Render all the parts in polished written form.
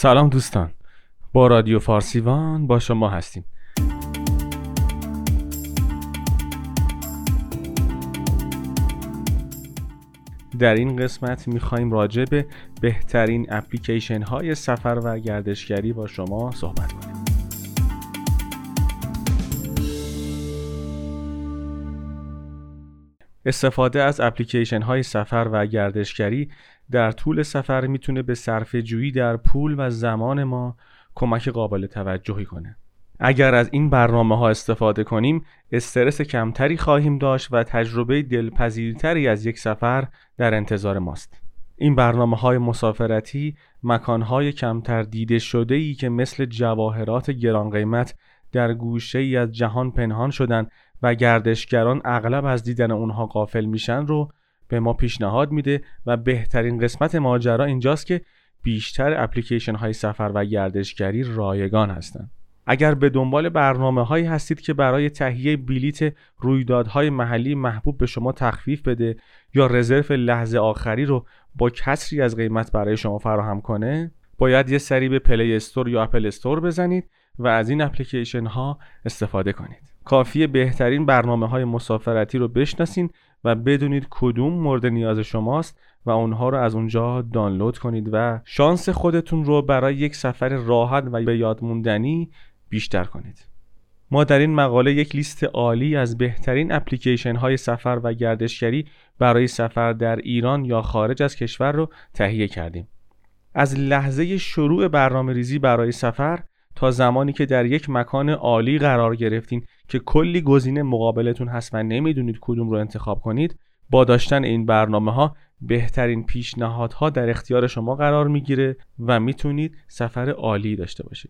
سلام دوستان، با رادیو فارسیوان با شما هستیم. در این قسمت میخوایم راجع به بهترین اپلیکیشن های سفر و گردشگری با شما صحبت کنیم. استفاده از اپلیکیشن های سفر و گردشگری در طول سفر میتونه به صرفه‌جویی در پول و زمان ما کمک قابل توجهی کنه. اگر از این برنامه‌ها استفاده کنیم، استرس کمتری خواهیم داشت و تجربه دلپذیرتری از یک سفر در انتظار ماست. این برنامه‌های مسافرتی مکان‌های کمتر دیده شده‌ای که مثل جواهرات گران قیمت در گوشه‌ای از جهان پنهان شدن و گردشگران اغلب از دیدن اونها غافل میشن رو به ما پیشنهاد میده و بهترین قسمت ماجرا اینجاست که بیشتر اپلیکیشن های سفر و گردشگری رایگان هستند. اگر به دنبال برنامه‌هایی هستید که برای تهیه بلیت رویدادهای محلی محبوب به شما تخفیف بده یا رزرو لحظه آخری رو با کسری از قیمت برای شما فراهم کنه، باید یه سری به پلی استور یا اپل استور بزنید و از این اپلیکیشن ها استفاده کنید. کافیه بهترین برنامه‌های مسافرتی رو بشناسین و بدونید کدوم مورد نیاز شماست و اونها رو از اونجا دانلود کنید و شانس خودتون رو برای یک سفر راحت و به یاد موندنی بیشتر کنید. ما در این مقاله یک لیست عالی از بهترین اپلیکیشن های سفر و گردشگری برای سفر در ایران یا خارج از کشور رو تهیه کردیم. از لحظه شروع برنامه‌ریزی برای سفر تا زمانی که در یک مکان عالی قرار گرفتین که کلی گزینه مقابلتون هست و نمیدونید کدوم رو انتخاب کنید، با داشتن این برنامه‌ها بهترین پیشنهادها در اختیار شما قرار میگیره و میتونید سفر عالی داشته باشید.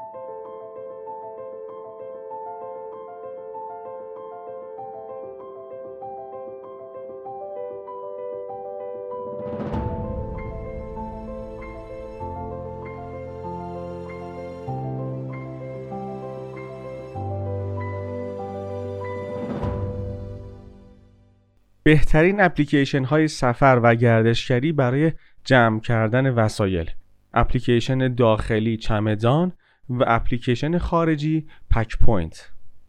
بهترین اپلیکیشن های سفر و گردشگری برای جمع کردن وسایل: اپلیکیشن داخلی چمدان و اپلیکیشن خارجی پک پوینت.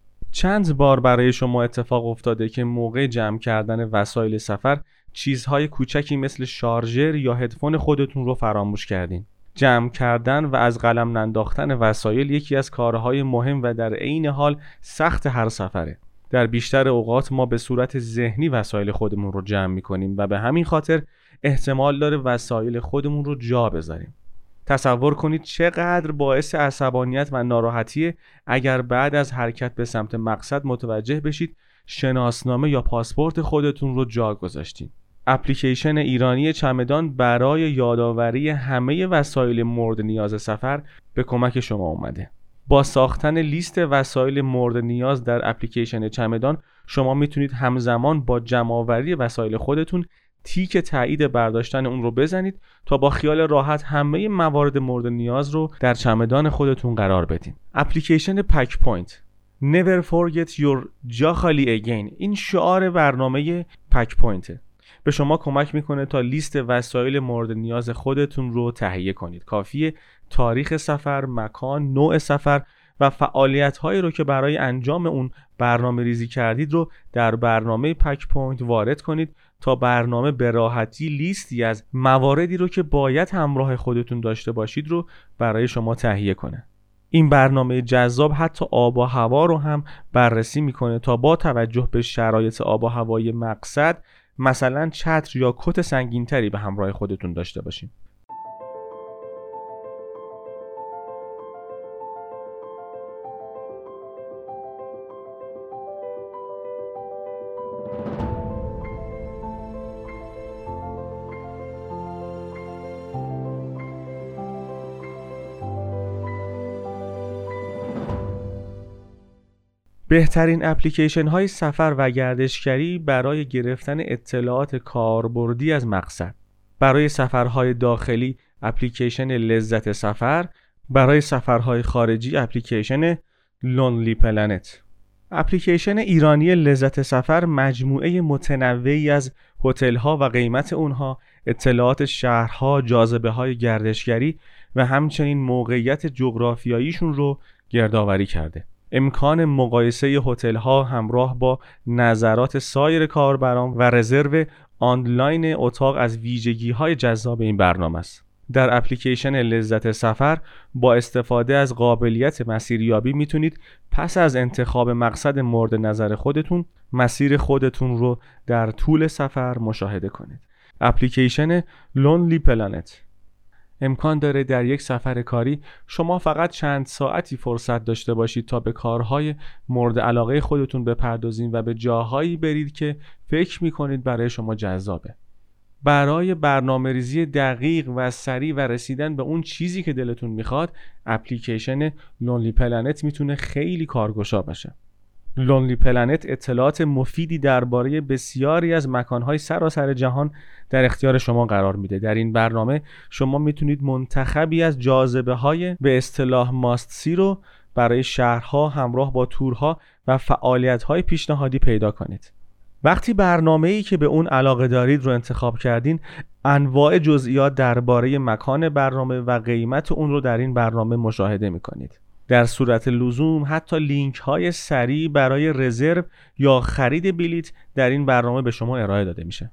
چند بار برای شما اتفاق افتاده که موقع جمع کردن وسایل سفر چیزهای کوچکی مثل شارژر یا هدفون خودتون رو فراموش کردین؟ جمع کردن و از قلم ننداختن وسایل یکی از کارهای مهم و در عین حال سخت هر سفره. در بیشتر اوقات ما به صورت ذهنی وسایل خودمون رو جمع می‌کنیم و به همین خاطر احتمال داره وسایل خودمون رو جا بذاریم. تصور کنید چقدر باعث عصبانیت و ناراحتیه اگر بعد از حرکت به سمت مقصد متوجه بشید شناسنامه یا پاسپورت خودتون رو جا گذاشتین. اپلیکیشن ایرانی چمدان برای یادآوری همه وسایل مورد نیاز سفر به کمک شما اومده. با ساختن لیست وسایل مورد نیاز در اپلیکیشن چمدان شما میتونید همزمان با جمع‌آوری وسایل خودتون تیک تایید برداشتن اون رو بزنید تا با خیال راحت همه موارد مورد نیاز رو در چمدان خودتون قرار بدین. اپلیکیشن پک پوینت Never forget your جا خالی again. این شعار برنامه پک پوینته. به شما کمک میکنه تا لیست وسایل مورد نیاز خودتون رو تهیه کنید. کافیه تاریخ سفر، مکان، نوع سفر و فعالیت‌هایی رو که برای انجام اون برنامه ریزی کردید رو در برنامه پک پوینت وارد کنید تا برنامه به راحتی لیستی از مواردی رو که باید همراه خودتون داشته باشید رو برای شما تهیه کنه. این برنامه جذاب حتی آب و هوا رو هم بررسی میکنه تا با توجه به شرایط آب و هوای مقصد مثلا چتر یا کت سنگین‌تری به همراه خودتون داشته باشین. بهترین اپلیکیشن های سفر و گردشگری برای گرفتن اطلاعات کاربردی از مقصد: برای سفرهای داخلی اپلیکیشن لذت سفر، برای سفرهای خارجی اپلیکیشن لونلی پلنت. اپلیکیشن ایرانی لذت سفر مجموعه متنوعی از هتل‌ها و قیمت اونها، اطلاعات شهرها، جاذبه‌های گردشگری و همچنین موقعیت جغرافیاییشون رو گردآوری کرده. امکان مقایسه هتل‌ها همراه با نظرات سایر کاربران و رزرو آنلاین اتاق از ویژگی‌های جذاب این برنامه است. در اپلیکیشن لذت سفر با استفاده از قابلیت مسیریابی میتونید پس از انتخاب مقصد مورد نظر خودتون مسیر خودتون رو در طول سفر مشاهده کنید. اپلیکیشن لونلی پلنت امکان داره در یک سفر کاری شما فقط چند ساعتی فرصت داشته باشید تا به کارهای مورد علاقه خودتون بپردازید و به جاهایی برید که فکر میکنید برای شما جذابه. برای برنامه‌ریزی دقیق و سریع و رسیدن به اون چیزی که دلتون میخواد، اپلیکیشن لونلی پلنت میتونه خیلی کارگشا باشه. لونلی پلنت اطلاعات مفیدی درباره بسیاری از مکان‌های سراسر جهان در اختیار شما قرار میده. در این برنامه شما میتونید منتخبی از جاذبه‌های به اصطلاح ماست سی رو برای شهرها همراه با تورها و فعالیت‌های پیشنهادی پیدا کنید. وقتی برنامه‌ای که به اون علاقه دارید رو انتخاب کردین، انواع جزئیات درباره مکان برنامه و قیمت اون رو در این برنامه مشاهده می‌کنید. در صورت لزوم حتی لینک‌های سریع برای رزرو یا خرید بلیط در این برنامه به شما ارائه داده میشه.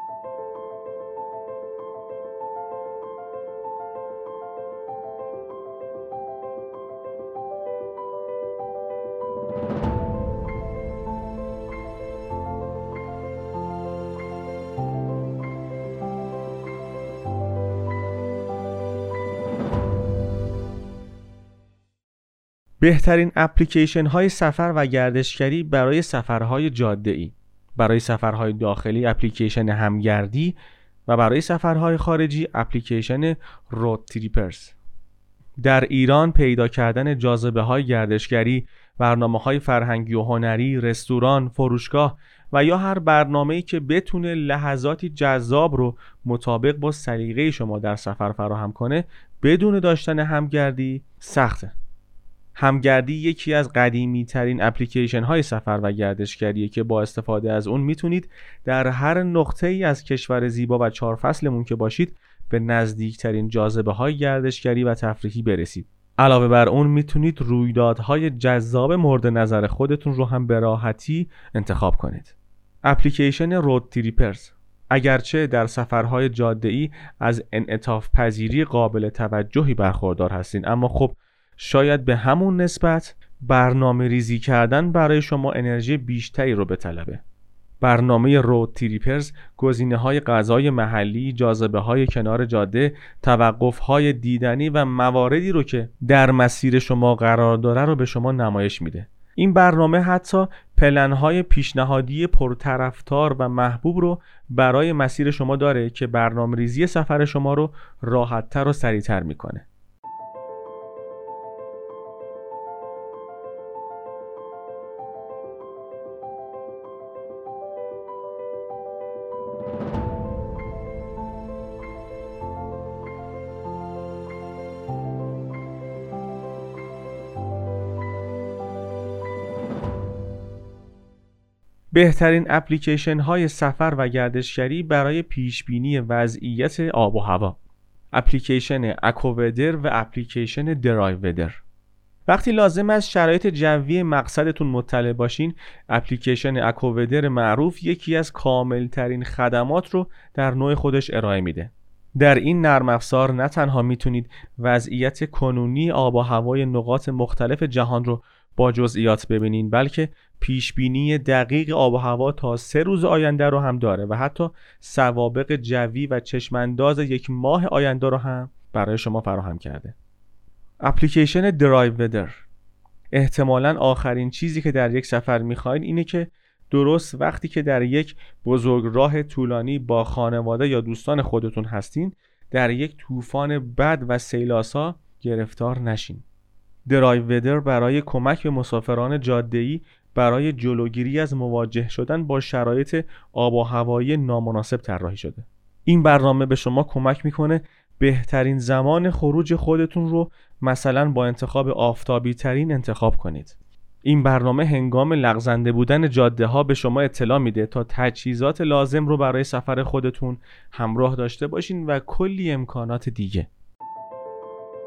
بهترین اپلیکیشن های سفر و گردشگری برای سفرهای جاده‌ای، برای سفرهای داخلی اپلیکیشن همگردی و برای سفرهای خارجی اپلیکیشن رود تریپرز. در ایران پیدا کردن جاذبه‌های گردشگری، برنامه‌های فرهنگی و هنری، رستوران، فروشگاه و یا هر برنامه‌ای که بتونه لحظاتی جذاب رو مطابق با سلیقه شما در سفر فراهم کنه بدون داشتن همگردی سخته. همگردی یکی از قدیمی ترین اپلیکیشن های سفر و گردشگریه که با استفاده از اون میتونید در هر نقطه ای از کشور زیبا و 4 فصلمون که باشید به نزدیکترین جاذبه های گردشگری و تفریحی برسید. علاوه بر اون میتونید رویدادهای جذاب مورد نظر خودتون رو هم به راحتی انتخاب کنید. اپلیکیشن رود تریپرز اگرچه در سفرهای جاده‌ای از انعطاف پذیری قابل توجهی برخوردار هستین، اما خب شاید به همون نسبت برنامه ریزی کردن برای شما انرژی بیشتری رو بطلبه. برنامه رود تریپرز گزینه‌های غذای محلی، جاذبه‌های کنار جاده، توقف‌های دیدنی و مواردی رو که در مسیر شما قرار داره رو به شما نمایش میده. این برنامه حتی پلن‌های پیشنهادی پرطرفدار و محبوب رو برای مسیر شما داره که برنامه‌ریزی سفر شما رو راحت‌تر و سریع‌تر میکنه. بهترین اپلیکیشن های سفر و گردشگری برای پیشبینی وضعیت آب و هوا، اپلیکیشن اکوودر و اپلیکیشن درایودر. وقتی لازم از شرایط جوی مقصدتون مطلع باشین، اپلیکیشن اکوودر معروف یکی از کامل ترین خدمات رو در نوع خودش ارائه میده. در این نرم افزار نه تنها میتونید وضعیت کنونی آب و هوای نقاط مختلف جهان رو با جزئیات ببینین، بلکه پیشبینی دقیق آب و هوا تا 3 روز آینده رو هم داره و حتی سوابق جوی و چشمانداز 1 ماه آینده رو هم برای شما فراهم کرده. اپلیکیشن درایودر احتمالاً آخرین چیزی که در یک سفر میخواین اینه که درست وقتی که در یک بزرگراه طولانی با خانواده یا دوستان خودتون هستین در یک طوفان بد و سیلاسا گرفتار نشین. درایودر برای کمک به مسافران جاده‌ای برای جلوگیری از مواجه شدن با شرایط آب و هوایی نامناسب طراحی شده. این برنامه به شما کمک میکنه بهترین زمان خروج خودتون رو مثلا با انتخاب آفتابی ترین انتخاب کنید. این برنامه هنگام لغزنده بودن جاده ها به شما اطلاع میده تا تجهیزات لازم رو برای سفر خودتون همراه داشته باشین و کلی امکانات دیگه.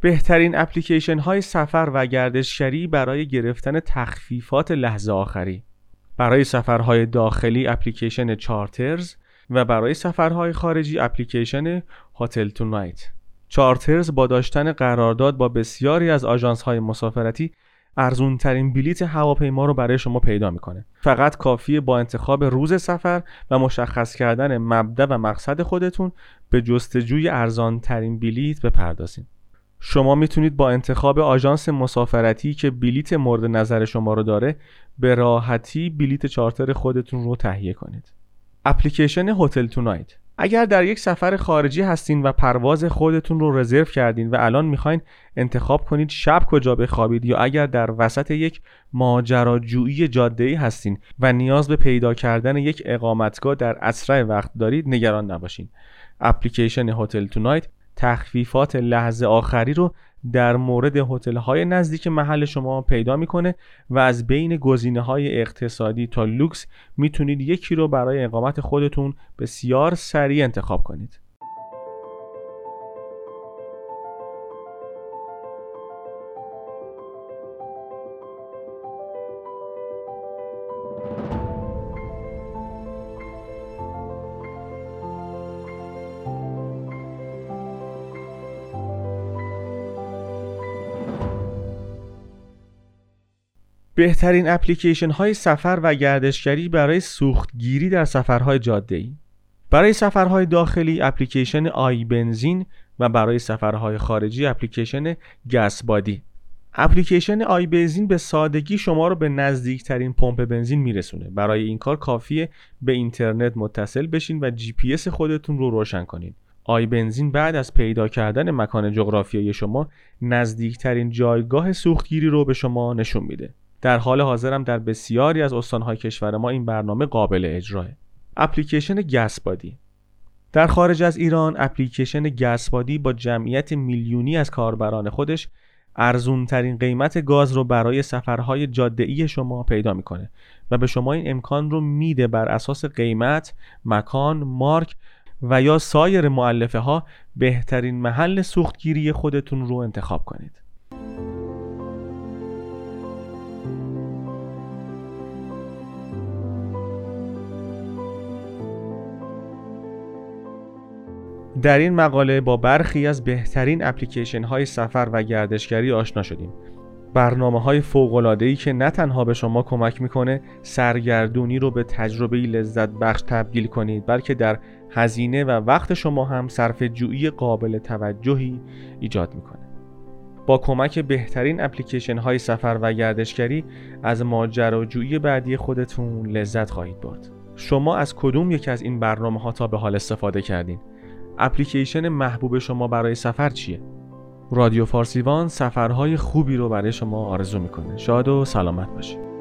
بهترین اپلیکیشن های سفر و گردشگری برای گرفتن تخفیفات لحظه آخری. برای سفرهای داخلی اپلیکیشن چارترز و برای سفرهای خارجی اپلیکیشن هتل تونایت. چارترز با داشتن قرارداد با بسیاری از آژانس‌های مسافرتی ارزون ترین بلیت هواپیما رو برای شما پیدا میکنه. فقط کافیه با انتخاب روز سفر و مشخص کردن مبدا و مقصد خودتون به جستجوی ارزان ترین بلیت بپردازید. شما میتونید با انتخاب آژانس مسافرتی که بلیت مورد نظر شما رو داره به راحتی بلیت چارتر خودتون رو تهیه کنید. اپلیکیشن هتل تونایت. اگر در یک سفر خارجی هستین و پرواز خودتون رو رزرو کردین و الان میخواین انتخاب کنید شب کجا بخوابید، یا اگر در وسط یک ماجراجویی جاده‌ای هستین و نیاز به پیدا کردن یک اقامتگاه در اسرع وقت دارید، نگران نباشین. اپلیکیشن هتل تونایت تخفیفات لحظه آخری رو در مورد هتل‌های نزدیک محل شما پیدا میکنه و از بین گزینه‌های اقتصادی تا لوکس میتونید یکی رو برای اقامت خودتون بسیار سریع انتخاب کنید. بهترین اپلیکیشن های سفر و گردشگری برای سوختگیری در سفرهای جاده‌ای. برای سفرهای داخلی اپلیکیشن آی بنزین و برای سفرهای خارجی اپلیکیشن گس بادی. اپلیکیشن آی بنزین به سادگی شما رو به نزدیکترین پمپ بنزین میرسونه. برای این کار کافیه به اینترنت متصل بشین و جی پی اس خودتون رو روشن کنین. آی بنزین بعد از پیدا کردن مکان جغرافیایی شما نزدیکترین جایگاه سوختگیری رو به شما نشون میده. در حال حاضر هم در بسیاری از استان‌های کشور ما این برنامه قابل اجراه. اپلیکیشن گس بادی. در خارج از ایران اپلیکیشن گس بادی با جمعیت میلیونی از کاربران خودش ارزون ترین قیمت گاز رو برای سفرهای جاده‌ای شما پیدا میکنه و به شما این امکان رو میده بر اساس قیمت، مکان، مارک و یا سایر مؤلفه ها بهترین محل سوختگیری خودتون رو انتخاب کنید. در این مقاله با برخی از بهترین اپلیکیشن های سفر و گردشگری آشنا شدیم. برنامه های فوق‌العاده‌ای که نه تنها به شما کمک میکنه سرگردونی رو به تجربه لذت بخش تبدیل کنید، بلکه در هزینه و وقت شما هم صرفه‌جویی قابل توجهی ایجاد میکنه. با کمک بهترین اپلیکیشن های سفر و گردشگری از ماجراجویی بعدی خودتون لذت خواهید برد. شما از کدوم یک از این برنامه ها تا به حال استفاده کردین؟ اپلیکیشن محبوب شما برای سفر چیه؟ رادیو فارسیوان سفرهای خوبی رو برای شما آرزو میکنه. شاد و سلامت باشید.